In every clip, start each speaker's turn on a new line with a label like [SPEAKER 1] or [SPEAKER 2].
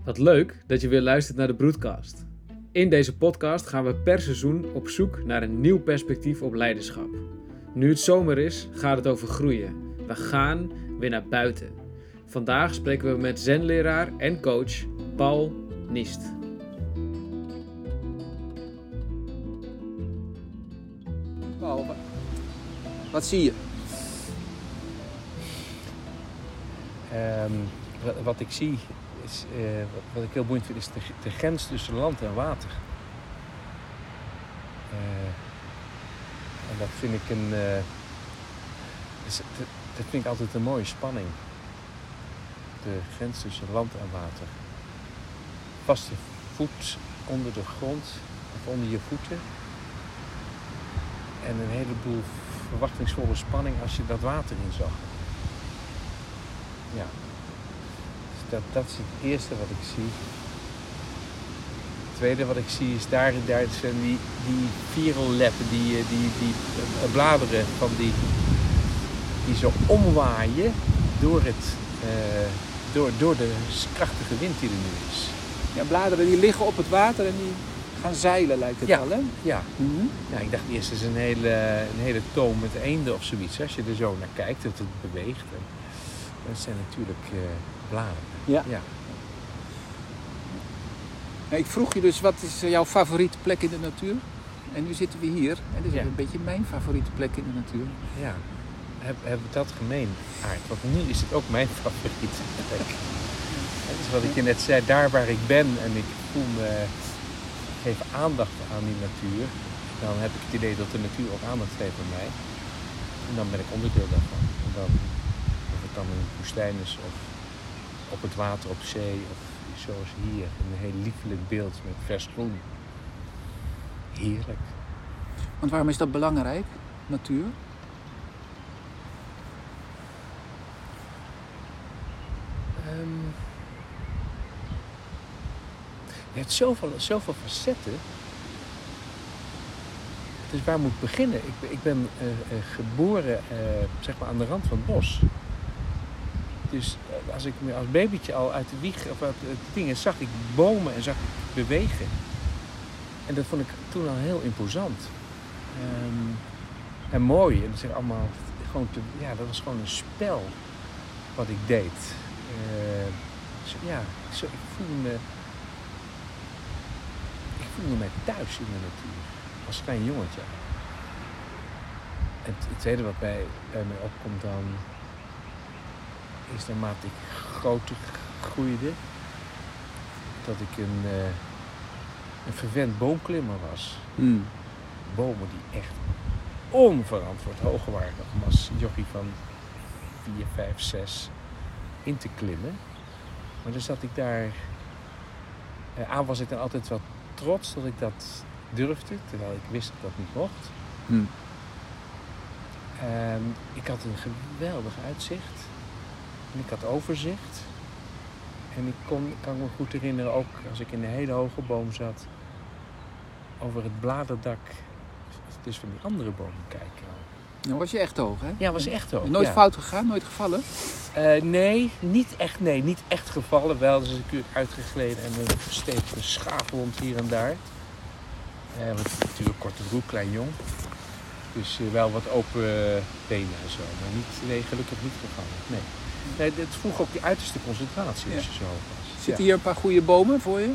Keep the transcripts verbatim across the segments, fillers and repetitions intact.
[SPEAKER 1] Wat leuk dat je weer luistert naar de Broedcast. In deze podcast gaan we per seizoen op zoek naar een nieuw perspectief op leiderschap. Nu het zomer is, gaat het over groeien. We gaan weer naar buiten. Vandaag spreken we met zenleraar en coach Paul Niest.
[SPEAKER 2] Paul, wat zie je?
[SPEAKER 3] Um, wat, wat ik zie, is, uh, wat, wat ik heel boeiend vind, is de, de grens tussen land en water. Uh, en dat vind ik een, uh, dus, dat, dat vind ik altijd een mooie spanning. De grens tussen land en water. Vaste voet onder de grond, of onder je voeten. En een heleboel verwachtingsvolle spanning als je dat water in zag. Ja, dus dat, dat is het eerste wat ik zie. Het tweede wat ik zie is daar, daar zijn die, die vierelleppen, die, die, die bladeren van die, die zo omwaaien door, het, uh, door, door de krachtige wind die er nu is.
[SPEAKER 2] Ja, bladeren die liggen op het water en die gaan zeilen, lijkt het
[SPEAKER 3] ja,
[SPEAKER 2] wel, hè?
[SPEAKER 3] Ja.
[SPEAKER 2] Mm-hmm.
[SPEAKER 3] Ja, ik dacht eerst is een hele, een hele toom met eenden of zoiets. Als je er zo naar kijkt, dat het beweegt. En dat zijn natuurlijk uh, bladeren.
[SPEAKER 2] Ja.
[SPEAKER 3] Ja.
[SPEAKER 2] Ja, ik vroeg je dus, wat is jouw favoriete plek in de natuur? En nu zitten we hier. En dit is
[SPEAKER 3] ja.
[SPEAKER 2] een beetje mijn favoriete plek in de natuur.
[SPEAKER 3] Ja, hebben heb we dat gemeen, Aart? Want nu is het ook mijn favoriete plek. Dat is wat ik je net zei, daar waar ik ben en ik voel me, geef aandacht aan die natuur. Dan heb ik het idee dat de natuur ook aandacht geeft aan mij. En dan ben ik onderdeel daarvan. En dan, of het dan in de woestijn is of op het water op zee of zoals hier. Een heel liefelijk beeld met vers groen. Heerlijk.
[SPEAKER 2] Want waarom is dat belangrijk, natuur?
[SPEAKER 3] Um, je hebt zoveel, zoveel facetten. Dus waar moet ik beginnen? Ik, ik ben uh, uh, geboren uh, zeg maar aan de rand van het bos. Dus uh, als ik me als babytje al uit de wieg of uit de dingen zag ik bomen en zag ik bewegen. En dat vond ik toen al heel imposant. Um, en mooi. En dat is allemaal gewoon te, ja, dat was gewoon een spel wat ik deed. Uh, zo, ja, zo, ik voelde me ik voelde me thuis in de natuur. Als klein jongetje. En het tweede wat bij, bij mij opkomt dan is naarmate ik groter groeide dat ik een, uh, een verwend boomklimmer was.
[SPEAKER 2] Mm.
[SPEAKER 3] Bomen die echt onverantwoord hoog waren om als jochie van vier, vijf, zes in te klimmen. Maar dan zat ik daar, uh, aan was ik dan altijd wel trots dat ik dat durfde, terwijl ik wist dat dat niet mocht.
[SPEAKER 2] Hmm.
[SPEAKER 3] Um, ik had een geweldig uitzicht. En ik had overzicht. En ik kon, kan me goed herinneren, ook als ik in een hele hoge boom zat, over het bladerdak, dus van die andere bomen kijken.
[SPEAKER 2] Nou was je echt hoog, hè?
[SPEAKER 3] Ja, was echt hoog.
[SPEAKER 2] Nooit
[SPEAKER 3] ja.
[SPEAKER 2] fout gegaan? Nooit gevallen?
[SPEAKER 3] Uh, nee, niet echt, nee, niet echt gevallen. Wel, dus een keer uitgegleden en een stevige schaafwond hier en daar. Uh, want natuurlijk korte broek, klein jong. Dus uh, wel wat open uh, benen en zo. Maar niet, nee, gelukkig niet gevallen. Nee. Nee, het vroeg ook die uiterste concentratie als ja. je zo hoog was.
[SPEAKER 2] Zitten
[SPEAKER 3] ja.
[SPEAKER 2] hier een paar goede bomen voor je?
[SPEAKER 3] Een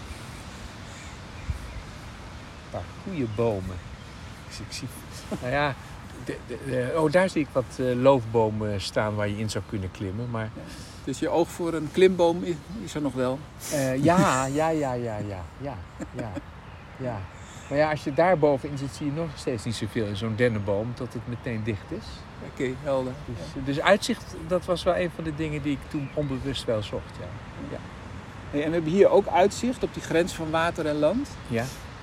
[SPEAKER 3] paar goede bomen. Dus ik zie, nou ja, de, de, de, oh, daar zie ik wat uh, loofbomen staan waar je in zou kunnen klimmen. Maar...
[SPEAKER 2] Ja. Dus je oog voor een klimboom is, is er nog wel?
[SPEAKER 3] Uh, ja, ja, ja, ja, ja, ja, ja, ja. Maar ja, als je daar bovenin zit, zie je nog steeds niet zoveel in zo'n dennenboom, tot het meteen dicht is.
[SPEAKER 2] Oké, okay, helder.
[SPEAKER 3] Dus,
[SPEAKER 2] ja.
[SPEAKER 3] dus uitzicht, dat was wel een van de dingen die ik toen onbewust wel zocht, ja. ja.
[SPEAKER 2] Hey, en we hebben hier ook uitzicht op die grens van water en land.
[SPEAKER 3] Ja.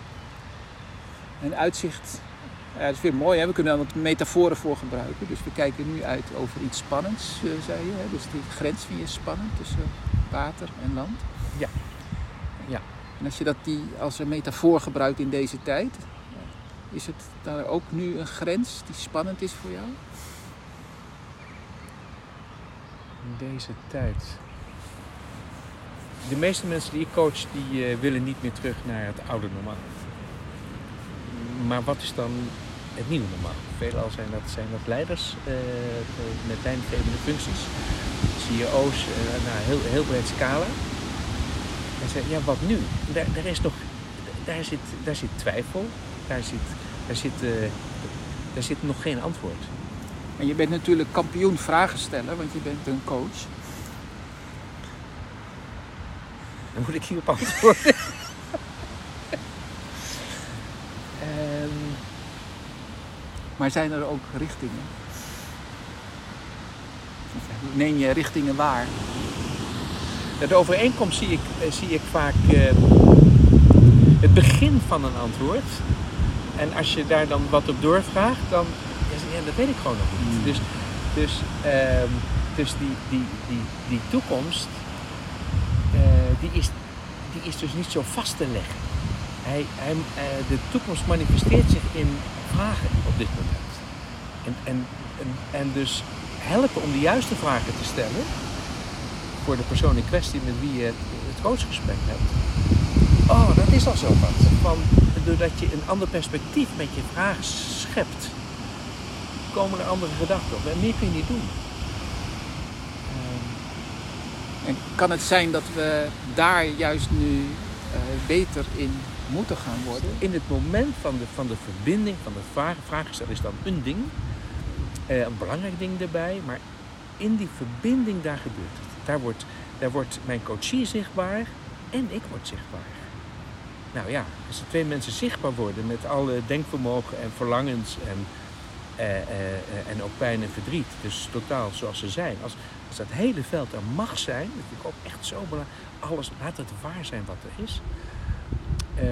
[SPEAKER 2] En uitzicht, ja, dat is weer mooi, hè? We kunnen daar wat metaforen voor gebruiken. Dus we kijken nu uit over iets spannends, uh, zei je. Hè? Dus die grens vind je spannend tussen water en land.
[SPEAKER 3] Ja. Ja.
[SPEAKER 2] En als je dat die als een metafoor gebruikt in deze tijd, is het daar ook nu een grens die spannend is voor jou?
[SPEAKER 3] In deze tijd. de meeste mensen die ik coach, die uh, willen niet meer terug naar het oude normaal. Maar wat is dan het nieuwe normaal? Veelal zijn dat, zijn dat leiders uh, met leidinggevende functies, C E O's, uh, nou, heel, heel breed scala. En zeggen, ja, wat nu? Daar, daar, is nog, daar, zit, daar zit twijfel, daar zit, daar, zit, uh, daar zit nog geen antwoord.
[SPEAKER 2] En je bent natuurlijk kampioen vragen stellen, want je bent een coach.
[SPEAKER 3] Dan moet ik hierop antwoorden. um,
[SPEAKER 2] maar zijn er ook richtingen? Neem je richtingen waar?
[SPEAKER 3] De overeenkomst zie ik, zie ik vaak uh, het begin van een antwoord. En als je daar dan wat op doorvraagt, dan ja, dat weet ik gewoon nog niet. Mm. Dus, dus, uh, dus die, die, die, die toekomst, uh, die, is, die is dus niet zo vast te leggen. Hij, hij, uh, de toekomst manifesteert zich in vragen op dit moment. En, en, en, en dus helpen om de juiste vragen te stellen voor de persoon in kwestie met wie je het, het coachgesprek hebt. Oh, dat is al zo wat. Van, doordat je een ander perspectief met je vraag schept, komen er andere gedachten op. En meer kun je niet doen.
[SPEAKER 2] En kan het zijn dat we daar juist nu uh, beter in moeten gaan worden?
[SPEAKER 3] In het moment van de, van de verbinding, van het vragen, vragen stellen is dan een ding. Uh, een belangrijk ding erbij. Maar in die verbinding, daar gebeurt het. Daar wordt, daar wordt mijn coachie zichtbaar en ik word zichtbaar. Nou ja, als er twee mensen zichtbaar worden met alle denkvermogen en verlangens en, uh, uh, uh, en ook pijn en verdriet, dus totaal zoals ze zijn. Als, als dat hele veld er mag zijn, dat vind ik ook echt zo belangrijk. Alles, laat het waar zijn wat er is. Uh,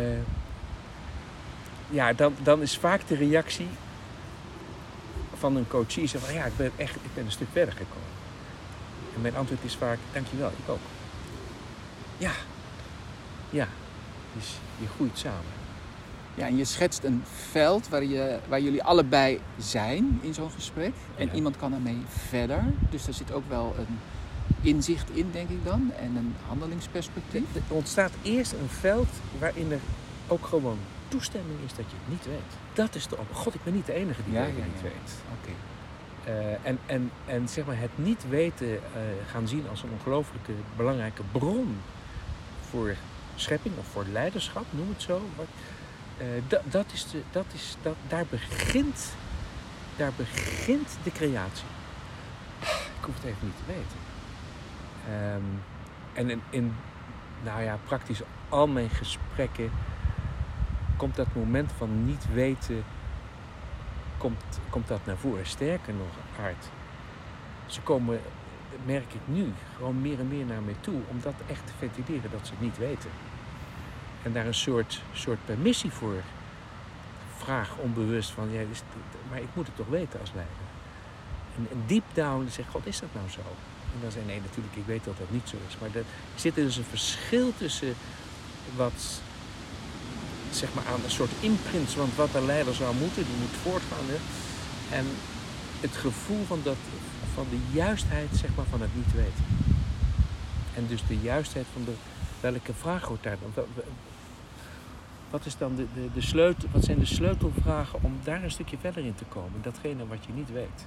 [SPEAKER 3] ja, dan, dan is vaak de reactie van een coachie zeggen van ja, ik ben echt ik ben een stuk verder gekomen. En mijn antwoord is vaak, dankjewel, ik ook. Ja, ja, dus je groeit samen.
[SPEAKER 2] Ja, en je schetst een veld waar, je, waar jullie allebei zijn in zo'n gesprek. En ja. Iemand kan ermee verder. Dus daar zit ook wel een inzicht in, denk ik dan. En een handelingsperspectief.
[SPEAKER 3] Er ontstaat eerst een veld waarin er ook gewoon toestemming is dat je het niet weet. Dat is de op. God, ik ben niet de enige die
[SPEAKER 2] ja,
[SPEAKER 3] het
[SPEAKER 2] ja,
[SPEAKER 3] niet
[SPEAKER 2] ja.
[SPEAKER 3] weet.
[SPEAKER 2] Okay.
[SPEAKER 3] Uh, en, en, en zeg maar het niet weten uh, gaan zien als een ongelooflijke belangrijke bron voor schepping of voor leiderschap, noem het zo. Wat, uh, dat, dat is de, dat is, dat, daar, begint, daar begint de creatie. Ik hoef het even niet te weten. Um, en in, in nou ja, praktisch al mijn gesprekken komt dat moment van niet weten, komt, komt dat naar voren. Sterker nog, Aart. Ze komen, merk ik nu, gewoon meer en meer naar mij toe om dat echt te ventileren dat ze het niet weten. En daar een soort, soort permissie voor vraag onbewust van, ja, is, maar ik moet het toch weten als leider. En, en deep down zegt, God, is dat nou zo? En dan zei nee, natuurlijk, ik weet dat dat niet zo is. Maar er zit dus een verschil tussen wat, zeg maar, aan een soort imprints, want wat een leider zou moeten, die moet voortgaan. Hè? En het gevoel van, dat, van de juistheid, zeg maar, van het niet weten. En dus de juistheid van de, welke vraag hoort daar dan? Wat is dan de, de, de sleutel, wat zijn de sleutelvragen om daar een stukje verder in te komen? Datgene wat je niet weet.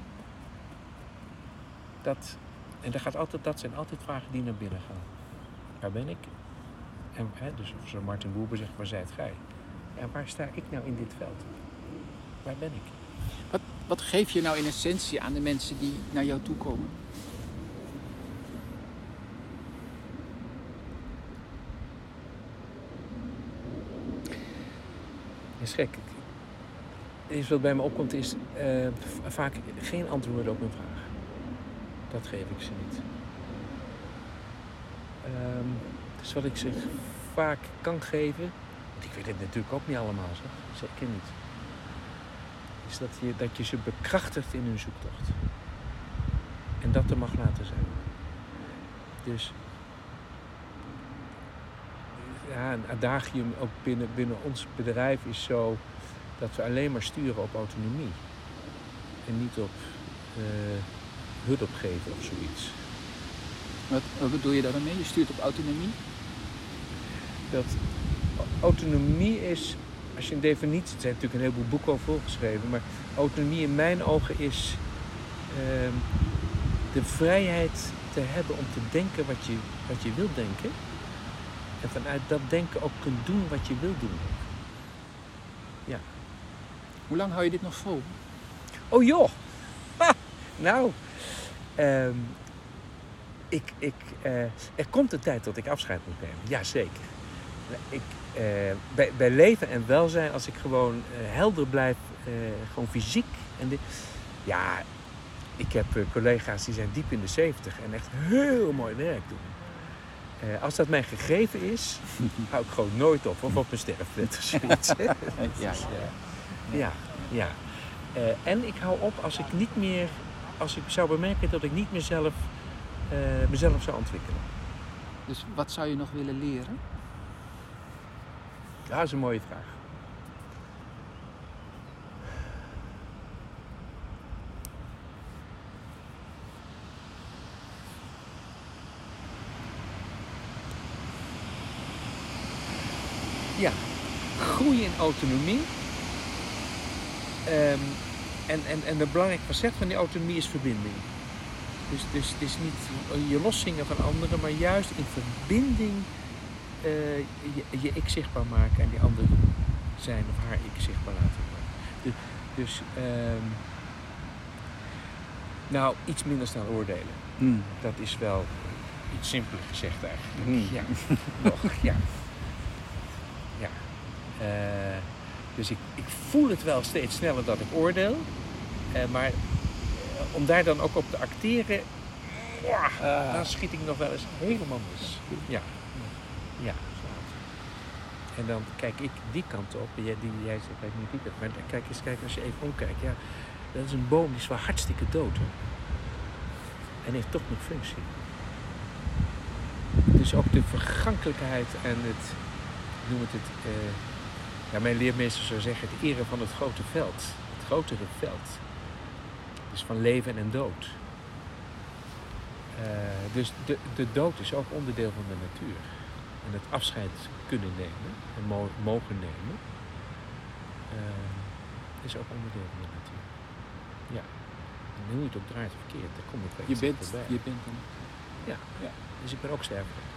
[SPEAKER 3] Dat, en dat, gaat altijd, dat zijn altijd vragen die naar binnen gaan. Waar ben ik? En, hè, dus of zo Martin Buber zegt, waar zijt gij? Ja, waar sta ik nou in dit veld? Waar ben ik?
[SPEAKER 2] Wat, wat geef je nou in essentie aan de mensen die naar jou toe komen?
[SPEAKER 3] Dat is gek. Het eerste wat bij me opkomt is uh, vaak geen antwoorden op een vraag. Dat geef ik ze niet. Um, dus wat ik ze vaak kan geven, want ik weet het natuurlijk ook niet allemaal, zeg. Zeker niet. Is dat je, dat je ze bekrachtigt in hun zoektocht. En dat er mag laten zijn. Dus ja, een adagium ook binnen, binnen ons bedrijf is zo dat we alleen maar sturen op autonomie. En niet op uh, hulp geven of zoiets.
[SPEAKER 2] Wat, wat bedoel je daarmee? Je stuurt op autonomie?
[SPEAKER 3] dat autonomie is, als je een definitie, er zijn natuurlijk een heleboel boeken over volgeschreven, maar autonomie in mijn ogen is uh, de vrijheid te hebben om te denken wat je, wat je wilt denken. En vanuit dat denken ook kunt doen wat je wilt doen. Ja.
[SPEAKER 2] Hoe lang hou je dit nog vol?
[SPEAKER 3] Oh joh! Ha! Nou, um, ik, ik, uh, er komt een tijd dat ik afscheid moet nemen. Jazeker. Ik, uh, bij, bij leven en welzijn, als ik gewoon uh, helder blijf, uh, gewoon fysiek. En dit, ja, ik heb uh, collega's die zijn diep in de zeventig en echt heel mooi werk doen. Uh, als dat mij gegeven is, hou ik gewoon nooit op. Of op mijn sterfbed of zoiets.
[SPEAKER 2] ja, ja.
[SPEAKER 3] ja, ja. Uh, en ik hou op als ik niet meer, als ik zou bemerken dat ik niet meer zelf, uh, mezelf zou ontwikkelen.
[SPEAKER 2] Dus wat zou je nog willen leren?
[SPEAKER 3] Ja, dat is een mooie vraag. Ja, groeien in autonomie. Um, en, en, en de belangrijke facet van die autonomie is verbinding. Dus, dus het is niet je loszingen van anderen, maar juist in verbinding uh, je, je ik zichtbaar maken en die ander zijn of haar ik zichtbaar laten worden. Dus, dus um, nou, iets minder snel oordelen.
[SPEAKER 2] Mm.
[SPEAKER 3] Dat is wel iets simpeler gezegd eigenlijk.
[SPEAKER 2] Mm.
[SPEAKER 3] Ja, nog, ja. Ja. Uh, dus ik, ik voel het wel steeds sneller dat ik oordeel. Uh, maar uh, om daar dan ook op te acteren, wow, uh. dan schiet ik nog wel eens helemaal mis. Ja. Ja. En dan kijk ik die kant op. Jij, die, jij zegt, ik niet die kant. Maar kijk eens, kijk, als je even omkijkt. Ja, dat is een boom die is wel hartstikke dood. Hè? En heeft toch nog functie. Dus ook de vergankelijkheid en het, noem het het, uh, ja, mijn leermeester zou zeggen, het eren van het grote veld. Het grotere veld. Dus van leven en dood. Uh, dus de, de dood is ook onderdeel van de natuur. En het afscheid kunnen nemen en mo- mogen nemen, uh, is ook onderdeel van de natuur. Ja. En hoe je het ook draait of verkeerd, daar kom ik wel
[SPEAKER 2] je
[SPEAKER 3] iets
[SPEAKER 2] bent,
[SPEAKER 3] voorbij.
[SPEAKER 2] je bent een...
[SPEAKER 3] Ja. Ja, dus ik ben ook sterfelijk.